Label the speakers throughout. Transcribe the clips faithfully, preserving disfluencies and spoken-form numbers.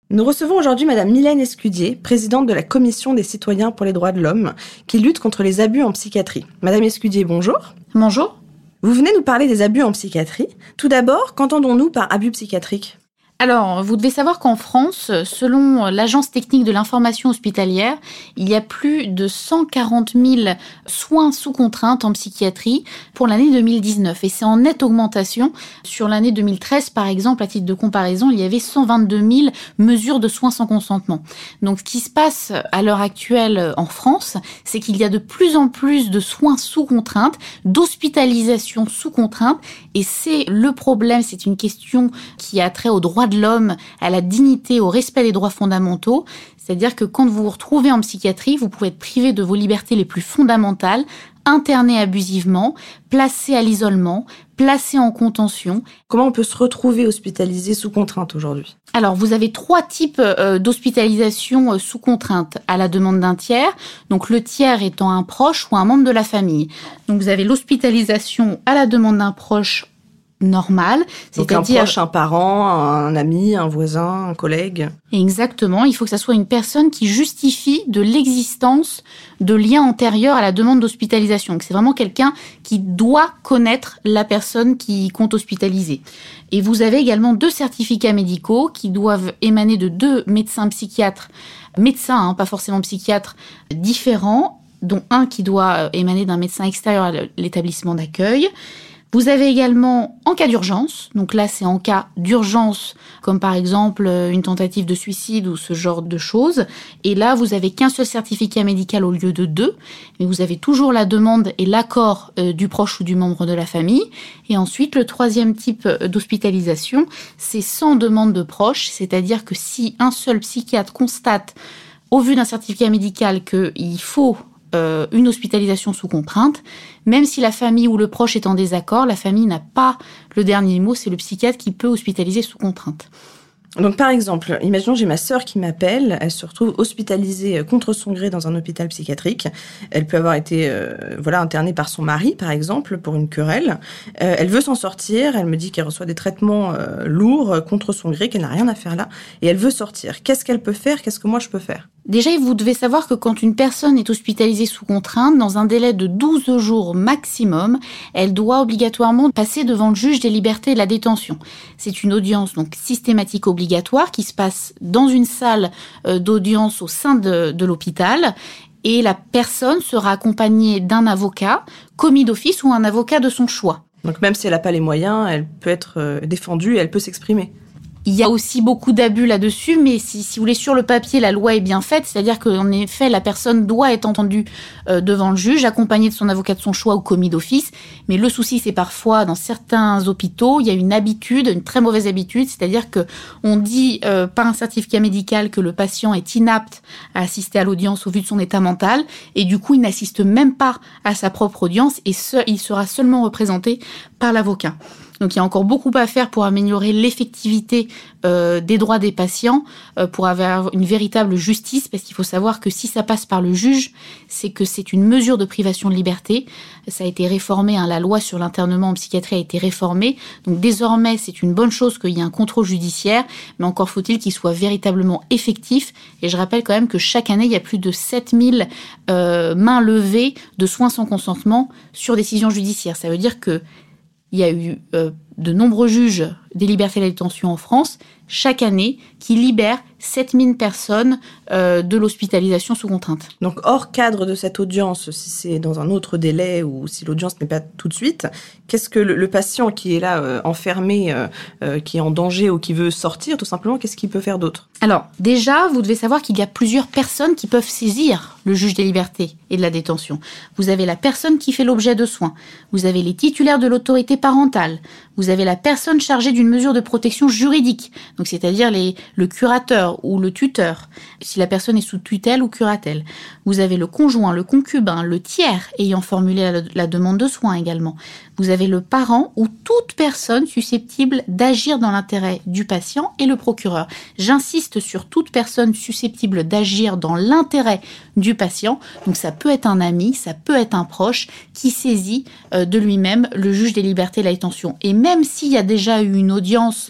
Speaker 1: Nous recevons aujourd'hui Madame Mylène Escudier, présidente de la Commission des citoyens pour les droits de l'homme, qui lutte contre les abus en psychiatrie. Madame Escudier, bonjour.
Speaker 2: Bonjour.
Speaker 1: Vous venez nous parler des abus en psychiatrie. Tout d'abord, qu'entendons-nous par abus psychiatriques ?
Speaker 2: Alors, vous devez savoir qu'en France, selon l'Agence technique de l'information hospitalière, il y a plus de cent quarante mille soins sous contrainte en psychiatrie pour l'année deux mille dix-neuf. Et c'est en nette augmentation. Sur l'année deux mille treize, par exemple, à titre de comparaison, il y avait cent vingt-deux mille mesures de soins sans consentement. Donc, ce qui se passe à l'heure actuelle en France, c'est qu'il y a de plus en plus de soins sous contrainte, d'hospitalisation sous contrainte. Et c'est le problème, c'est une question qui a trait aux droits de l'homme, à la dignité, au respect des droits fondamentaux. C'est-à-dire que quand vous vous retrouvez en psychiatrie, vous pouvez être privé de vos libertés les plus fondamentales, interné abusivement, placé à l'isolement, placé en contention.
Speaker 1: Comment on peut se retrouver hospitalisé sous contrainte aujourd'hui ?
Speaker 2: Alors, vous avez trois types euh, d'hospitalisation euh, sous contrainte à la demande d'un tiers. Donc, le tiers étant un proche ou un membre de la famille. Donc, vous avez l'hospitalisation à la demande d'un proche normal,
Speaker 1: donc c'est-à-dire un proche, un parent, un ami, un voisin, un collègue.
Speaker 2: Exactement, il faut que ça soit une personne qui justifie de l'existence de liens antérieurs à la demande d'hospitalisation. Donc c'est vraiment quelqu'un qui doit connaître la personne qui compte hospitaliser. Et vous avez également deux certificats médicaux qui doivent émaner de deux médecins psychiatres, médecins, hein, pas forcément psychiatres, différents, dont un qui doit émaner d'un médecin extérieur à l'établissement d'accueil. Vous avez également en cas d'urgence, donc là c'est en cas d'urgence, comme par exemple une tentative de suicide ou ce genre de choses. Et là vous avez qu'un seul certificat médical au lieu de deux, mais vous avez toujours la demande et l'accord euh, du proche ou du membre de la famille. Et ensuite le troisième type d'hospitalisation, c'est sans demande de proche, c'est-à-dire que si un seul psychiatre constate au vu d'un certificat médical qu'il faut euh, une hospitalisation sous contrainte, même si la famille ou le proche est en désaccord, la famille n'a pas le dernier mot, c'est le psychiatre qui peut hospitaliser sous contrainte.
Speaker 1: Donc par exemple, imaginons j'ai ma sœur qui m'appelle, elle se retrouve hospitalisée contre son gré dans un hôpital psychiatrique. Elle peut avoir été euh, voilà internée par son mari par exemple pour une querelle. Euh, elle veut s'en sortir, elle me dit qu'elle reçoit des traitements euh, lourds contre son gré, qu'elle n'a rien à faire là et elle veut sortir. Qu'est-ce qu'elle peut faire ? Qu'est-ce que moi je peux faire ?
Speaker 2: Déjà, vous devez savoir que quand une personne est hospitalisée sous contrainte, dans un délai de douze jours maximum, elle doit obligatoirement passer devant le juge des libertés et de la détention. C'est une audience donc systématique obligatoire qui se passe dans une salle d'audience au sein de, de l'hôpital et la personne sera accompagnée d'un avocat, commis d'office ou un avocat de son choix.
Speaker 1: Donc même si elle n'a pas les moyens, elle peut être défendue et elle peut s'exprimer.
Speaker 2: Il y a aussi beaucoup d'abus là-dessus, mais si, si vous voulez, sur le papier, la loi est bien faite, c'est-à-dire qu'en effet, la personne doit être entendue euh, devant le juge, accompagnée de son avocat de son choix ou commis d'office. Mais le souci, c'est parfois, dans certains hôpitaux, il y a une habitude, une très mauvaise habitude, c'est-à-dire que on dit euh, par un certificat médical que le patient est inapte à assister à l'audience au vu de son état mental, et du coup, il n'assiste même pas à sa propre audience, et ce, il sera seulement représenté par l'avocat. Donc il y a encore beaucoup à faire pour améliorer l'effectivité euh, des droits des patients, euh, pour avoir une véritable justice, parce qu'il faut savoir que si ça passe par le juge, c'est que c'est une mesure de privation de liberté. Ça a été réformé, hein, la loi sur l'internement en psychiatrie a été réformée, donc désormais c'est une bonne chose qu'il y ait un contrôle judiciaire, mais encore faut-il qu'il soit véritablement effectif. Et je rappelle quand même que chaque année, il y a plus de sept mille euh, mains levées de soins sans consentement sur décision judiciaire. Ça veut dire que il y a eu euh, de nombreux juges des libertés et de la détention en France, chaque année, qui libèrent sept mille personnes euh, de l'hospitalisation sous contrainte.
Speaker 1: Donc, hors cadre de cette audience, si c'est dans un autre délai ou si l'audience n'est pas tout de suite, qu'est-ce que le, le patient qui est là, euh, enfermé, euh, euh, qui est en danger ou qui veut sortir, tout simplement, qu'est-ce qu'il peut faire d'autre ?
Speaker 2: Alors, déjà, vous devez savoir qu'il y a plusieurs personnes qui peuvent saisir le juge des libertés et de la détention. Vous avez la personne qui fait l'objet de soins. Vous avez les titulaires de l'autorité parentale. Vous avez la personne chargée d'une mesure de protection juridique, donc c'est-à-dire les, le curateur ou le tuteur, si la personne est sous tutelle ou curatelle. Vous avez le conjoint, le concubin, le tiers ayant formulé la, la demande de soins également. Vous avez le parent ou toute personne susceptible d'agir dans l'intérêt du patient et le procureur. J'insiste sur toute personne susceptible d'agir dans l'intérêt du patient. Donc ça peut être un ami, ça peut être un proche qui saisit euh, de lui-même le juge des libertés et de la détention. Et même s'il y a déjà eu une audience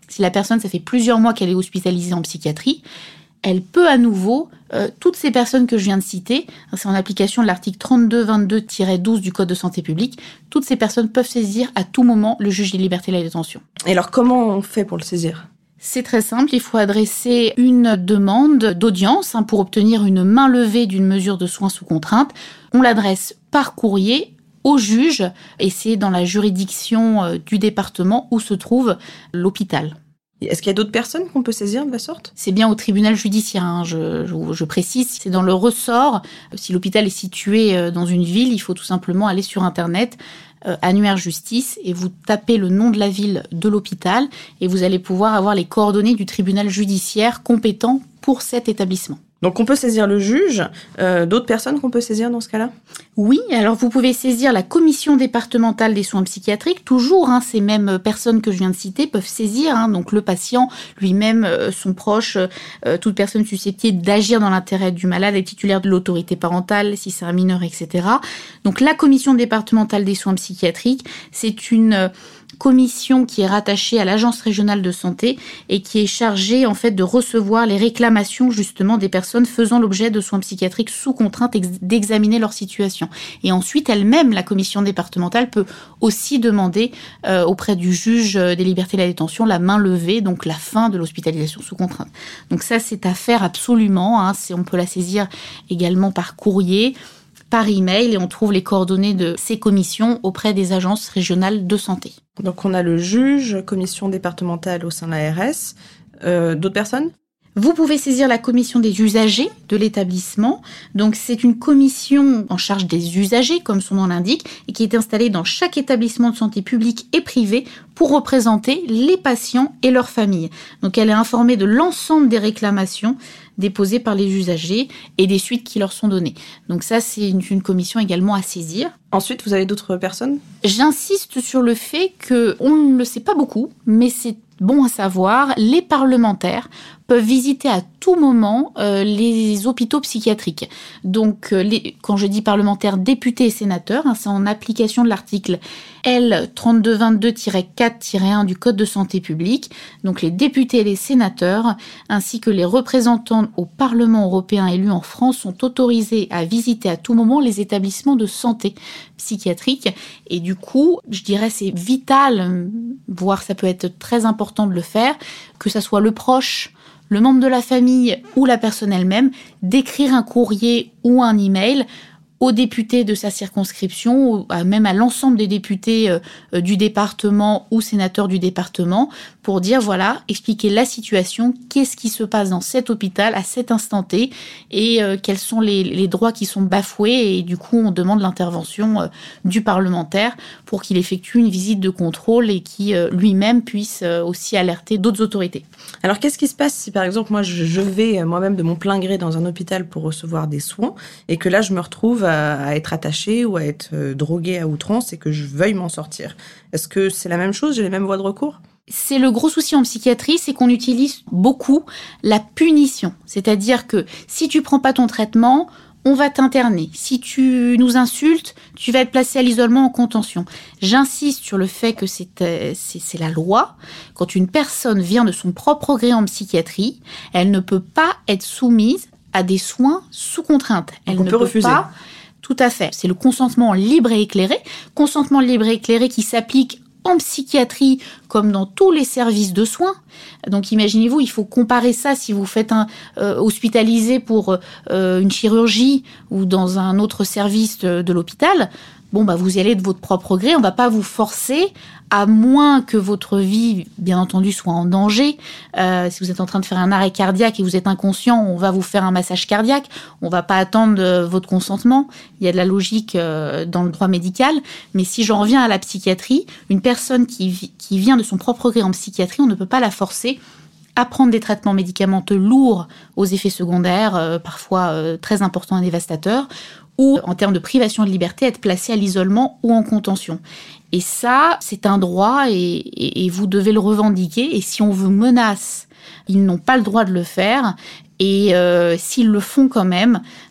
Speaker 2: Si la personne, ça fait plusieurs mois qu'elle est hospitalisée en psychiatrie, elle peut à nouveau, euh, toutes ces personnes que je viens de citer, c'est en application de l'article trente-deux vingt-deux douze du Code de santé publique, toutes ces personnes peuvent saisir à tout moment le juge des libertés et de la détention.
Speaker 1: Et alors, comment on fait pour le saisir ?
Speaker 2: C'est très simple, il faut adresser une demande d'audience hein, pour obtenir une main levée d'une mesure de soins sous contrainte. On l'adresse par courrier au juge et c'est dans la juridiction euh, du département où se trouve l'hôpital.
Speaker 1: Est-ce qu'il y a d'autres personnes qu'on peut saisir de la sorte ?
Speaker 2: C'est bien au tribunal judiciaire, hein, je, je, je précise, c'est dans le ressort. Si l'hôpital est situé dans une ville, il faut tout simplement aller sur Internet, euh, annuaire justice, et vous tapez le nom de la ville de l'hôpital, et vous allez pouvoir avoir les coordonnées du tribunal judiciaire compétent pour cet établissement.
Speaker 1: Donc on peut saisir le juge, euh, d'autres personnes qu'on peut saisir dans ce cas-là ?
Speaker 2: Oui, alors vous pouvez saisir la commission départementale des soins psychiatriques, toujours, hein, ces mêmes personnes que je viens de citer peuvent saisir, hein, donc le patient lui-même, euh, son proche, euh, toute personne susceptible d'agir dans l'intérêt du malade est titulaire de l'autorité parentale, si c'est un mineur, et cetera. Donc la commission départementale des soins psychiatriques, c'est une euh, commission qui est rattachée à l'agence régionale de santé et qui est chargée en fait de recevoir les réclamations justement des personnes faisant l'objet de soins psychiatriques sous contrainte et d'examiner leur situation. Et ensuite, elle-même, la commission départementale peut aussi demander euh, auprès du juge des libertés et de la détention la main levée, donc la fin de l'hospitalisation sous contrainte. Donc ça, c'est à faire absolument. Hein, c'est, on peut la saisir également par courrier, par email, et on trouve les coordonnées de ces commissions auprès des agences régionales de santé.
Speaker 1: Donc on a le juge, commission départementale au sein de l'A R S, euh, d'autres personnes ?
Speaker 2: Vous pouvez saisir la commission des usagers de l'établissement. Donc, c'est une commission en charge des usagers, comme son nom l'indique, et qui est installée dans chaque établissement de santé public et privé pour représenter les patients et leurs familles. Donc, elle est informée de l'ensemble des réclamations déposées par les usagers et des suites qui leur sont données. Donc ça, c'est une, une commission également à saisir.
Speaker 1: Ensuite, vous avez d'autres personnes ?
Speaker 2: J'insiste sur le fait qu'on ne le sait pas beaucoup, mais c'est bon à savoir, les parlementaires peuvent visiter à tout moment euh, les hôpitaux psychiatriques. Donc, euh, les, quand je dis parlementaires, députés et sénateurs, hein, c'est en application de l'article L trente-deux vingt-deux quatre un du Code de santé publique. Donc, les députés et les sénateurs, ainsi que les représentants au Parlement européen élus en France, sont autorisés à visiter à tout moment les établissements de santé psychiatrique. Et du coup, je dirais c'est vital, voire ça peut être très important de le faire, que ça soit le proche, le membre de la famille ou la personne elle-même, d'écrire un courrier ou un email aux députés de sa circonscription, ou même à l'ensemble des députés euh, du département ou sénateurs du département, pour dire, voilà, expliquer la situation, qu'est-ce qui se passe dans cet hôpital à cet instant T, et euh, quels sont les, les droits qui sont bafoués, et du coup, on demande l'intervention euh, du parlementaire pour qu'il effectue une visite de contrôle et qui euh, lui-même puisse euh, aussi alerter d'autres autorités.
Speaker 1: Alors, qu'est-ce qui se passe si, par exemple, moi, je, je vais moi-même de mon plein gré dans un hôpital pour recevoir des soins, et que là, je me retrouve à, à être attachée ou à être euh, droguée à outrance et que je veuille m'en sortir? Est-ce que c'est la même chose? J'ai les mêmes voies de recours?
Speaker 2: C'est le gros souci en psychiatrie, c'est qu'on utilise beaucoup la punition. C'est-à-dire que si tu prends pas ton traitement, on va t'interner. Si tu nous insultes, tu vas être placé à l'isolement en contention. J'insiste sur le fait que c'est, euh, c'est, c'est la loi. Quand une personne vient de son propre gré en psychiatrie, elle ne peut pas être soumise à des soins sous contrainte. Elle
Speaker 1: Donc on
Speaker 2: ne
Speaker 1: peut
Speaker 2: peut
Speaker 1: refuser.
Speaker 2: pas. Tout à fait. C'est le consentement libre et éclairé. Consentement libre et éclairé qui s'applique en psychiatrie comme dans tous les services de soins. Donc imaginez-vous, il faut comparer ça si vous faites un euh, hospitalisé pour euh, une chirurgie ou dans un autre service de, de l'hôpital. Bon, bah vous y allez de votre propre gré, on va pas vous forcer, à moins que votre vie, bien entendu, soit en danger. Euh, si vous êtes en train de faire un arrêt cardiaque et vous êtes inconscient, on va vous faire un massage cardiaque. On va pas attendre euh, votre consentement. Il y a de la logique euh, dans le droit médical. Mais si j'en reviens à la psychiatrie, une personne qui, vi- qui vient de son propre gré en psychiatrie, on ne peut pas la forcer à prendre des traitements médicamenteux lourds aux effets secondaires, euh, parfois euh, très importants et dévastateurs, ou en termes de privation de liberté, être placé à l'isolement ou en contention. Et ça, c'est un droit et, et, et vous devez le revendiquer. Et si on vous menace, ils n'ont pas le droit de le faire. Et euh, s'ils le font quand même,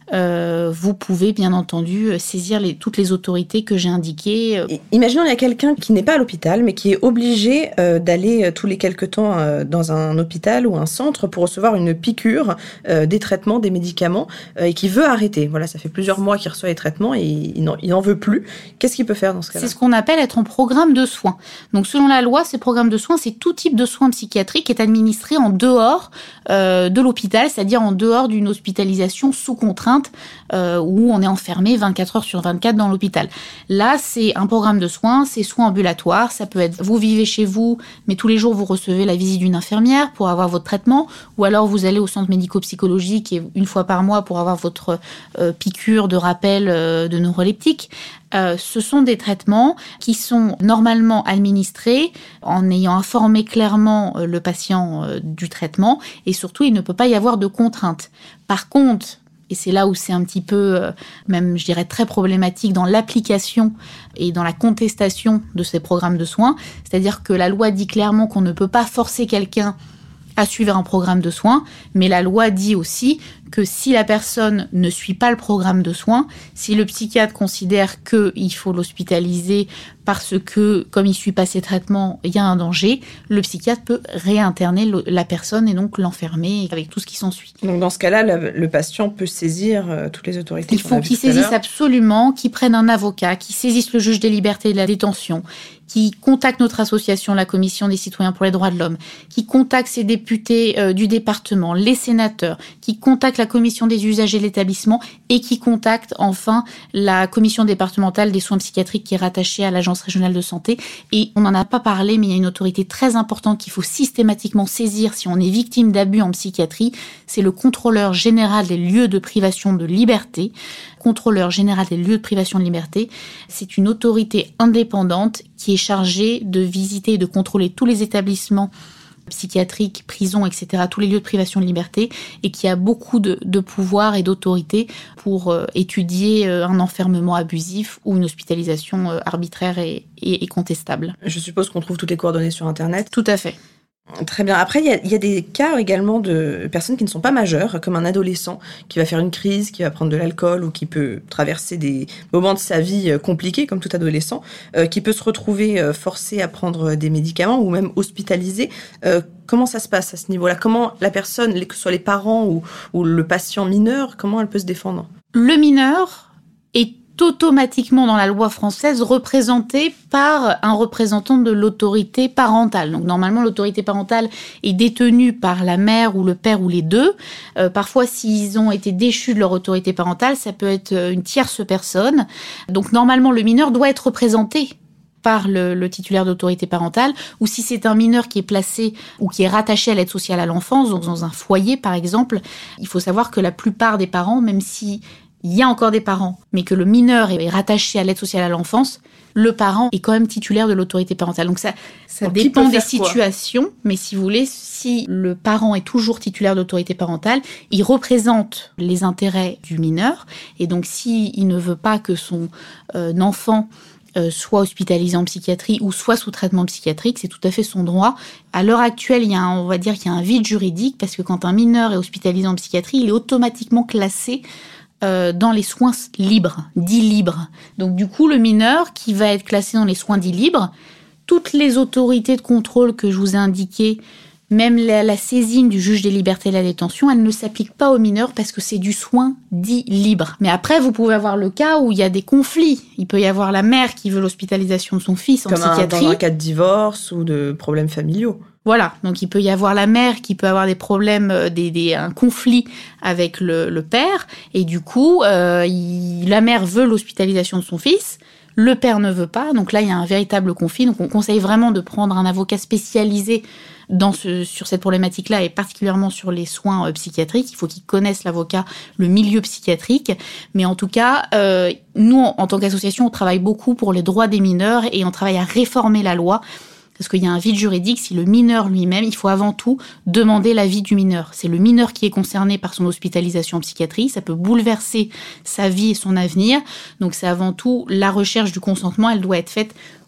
Speaker 2: euh, vous pouvez bien entendu saisir les, toutes les autorités que j'ai indiquées.
Speaker 1: Et imaginons il y a quelqu'un qui n'est pas à l'hôpital, mais qui est obligé euh, d'aller tous les quelques temps euh, dans un hôpital ou un centre pour recevoir une piqûre, euh, des traitements, des médicaments, euh, et qui veut arrêter. Voilà, ça fait plusieurs mois qu'il reçoit les traitements et il n'en, il n'en veut plus. Qu'est-ce qu'il peut faire dans ce cas-là ?
Speaker 2: C'est ce qu'on appelle être en programme de soins. Donc selon la loi, ces programmes de soins, c'est tout type de soins psychiatriques qui est administré en dehors euh, de l'hôpital, c'est-à-dire en dehors d'une hospitalisation sous contrainte, Euh, où on est enfermé vingt-quatre heures sur vingt-quatre dans l'hôpital. Là, c'est un programme de soins, c'est soins ambulatoires, ça peut être vous vivez chez vous, mais tous les jours vous recevez la visite d'une infirmière pour avoir votre traitement, ou alors vous allez au centre médico-psychologique et une fois par mois pour avoir votre euh, piqûre de rappel euh, de neuroleptique. Euh, ce sont des traitements qui sont normalement administrés en ayant informé clairement euh, le patient euh, du traitement, et surtout il ne peut pas y avoir de contraintes. Par contre, et c'est là où c'est un petit peu, euh, même je dirais très problématique dans l'application et dans la contestation de ces programmes de soins. C'est-à-dire que la loi dit clairement qu'on ne peut pas forcer quelqu'un à suivre un programme de soins, mais la loi dit aussi que si la personne ne suit pas le programme de soins, si le psychiatre considère qu'il faut l'hospitaliser parce que, comme il ne suit pas ses traitements, il y a un danger, le psychiatre peut réinterner le, la personne et donc l'enfermer avec tout ce qui s'ensuit.
Speaker 1: Donc dans ce cas-là, le, le patient peut saisir euh, toutes les autorités.
Speaker 2: Il faut qu'il saisisse absolument, qu'il prenne un avocat, qu'il saisisse le juge des libertés et de la détention, qui contacte notre association, la Commission des citoyens pour les droits de l'homme, qui contacte ses députés euh, du département, les sénateurs, qui contacte la Commission des usagers de l'établissement et qui contacte enfin la Commission départementale des soins psychiatriques qui est rattachée à l'Agence régionale de santé. Et on n'en a pas parlé, mais il y a une autorité très importante qu'il faut systématiquement saisir si on est victime d'abus en psychiatrie, c'est le contrôleur général des lieux de privation de liberté. Contrôleur général des lieux de privation de liberté, c'est une autorité indépendante qui est chargée de visiter et de contrôler tous les établissements psychiatriques, prisons, et cetera, tous les lieux de privation de liberté, et qui a beaucoup de, de pouvoir et d'autorité pour euh, étudier euh, un enfermement abusif ou une hospitalisation euh, arbitraire et, et, et contestable.
Speaker 1: Je suppose qu'on trouve toutes les coordonnées sur Internet.
Speaker 2: Tout à fait.
Speaker 1: Très bien. Après, il y a, il y a des cas également de personnes qui ne sont pas majeures, comme un adolescent qui va faire une crise, qui va prendre de l'alcool ou qui peut traverser des moments de sa vie compliqués, comme tout adolescent, euh, qui peut se retrouver euh, forcé à prendre des médicaments ou même hospitalisé. Euh, comment ça se passe à ce niveau-là ? Comment la personne, que ce soit les parents ou, ou le patient mineur, comment elle peut se défendre ?
Speaker 2: Le mineur est automatiquement dans la loi française représenté par un représentant de l'autorité parentale. Donc normalement l'autorité parentale est détenue par la mère ou le père ou les deux. Euh, parfois s'ils ont été déchus de leur autorité parentale, ça peut être une tierce personne. Donc normalement le mineur doit être représenté par le, le titulaire d'autorité parentale, ou si c'est un mineur qui est placé ou qui est rattaché à l'aide sociale à l'enfance, donc dans un foyer par exemple, il faut savoir que la plupart des parents, même si il y a encore des parents, mais que le mineur est rattaché à l'aide sociale à l'enfance, le parent est quand même titulaire de l'autorité parentale. Donc ça, ça Donc dépend des situations, mais si vous voulez, si le parent est toujours titulaire d'autorité parentale, il représente les intérêts du mineur, et donc s'il ne veut pas que son euh, enfant euh, soit hospitalisé en psychiatrie ou soit sous traitement psychiatrique, c'est tout à fait son droit. À l'heure actuelle, il y a un, on va dire qu'il y a un vide juridique, parce que quand un mineur est hospitalisé en psychiatrie, il est automatiquement classé Euh, dans les soins libres, dits libres. Donc du coup, le mineur qui va être classé dans les soins dits libres, toutes les autorités de contrôle que je vous ai indiquées, même la, la saisine du juge des libertés et de la détention, elle ne s'applique pas aux mineurs parce que c'est du soin dit libre. Mais après, vous pouvez avoir le cas où il y a des conflits. Il peut y avoir la mère qui veut l'hospitalisation de son fils en
Speaker 1: Comme
Speaker 2: psychiatrie.
Speaker 1: Comme dans un cas de divorce ou de problèmes familiaux.
Speaker 2: Voilà, donc il peut y avoir la mère qui peut avoir des problèmes, des, des, un conflit avec le, le père, et du coup, euh, il, la mère veut l'hospitalisation de son fils, le père ne veut pas, donc là il y a un véritable conflit, donc on conseille vraiment de prendre un avocat spécialisé dans ce, sur cette problématique-là, et particulièrement sur les soins euh, psychiatriques. Il faut qu'il connaisse l'avocat, le milieu psychiatrique, mais en tout cas, euh, nous, en, en tant qu'association, on travaille beaucoup pour les droits des mineurs, et on travaille à réformer la loi, parce qu'il y a un vide juridique. Si le mineur lui-même, il faut avant tout demander l'avis du mineur. C'est le mineur qui est concerné par son hospitalisation en psychiatrie. Ça peut bouleverser sa vie et son avenir. Donc c'est avant tout la recherche du consentement. Elle doit être faite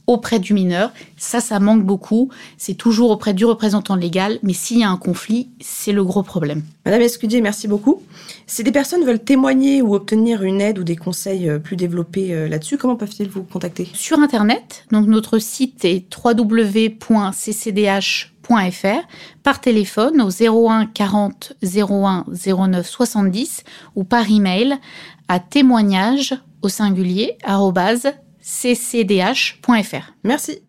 Speaker 2: auprès du mineur. Ça, ça manque beaucoup. C'est toujours auprès du représentant légal, mais s'il y a un conflit, c'est le gros problème.
Speaker 1: Madame Escudier, merci beaucoup. Si des personnes veulent témoigner ou obtenir une aide ou des conseils plus développés là-dessus, comment peuvent-ils vous contacter ?
Speaker 2: Sur Internet, donc notre site est w w w point c c d h point f r, par téléphone au zéro un quarante zéro un zéro neuf soixante-dix ou par email à témoignage au singulier arobase c c d h point f r.
Speaker 1: Merci.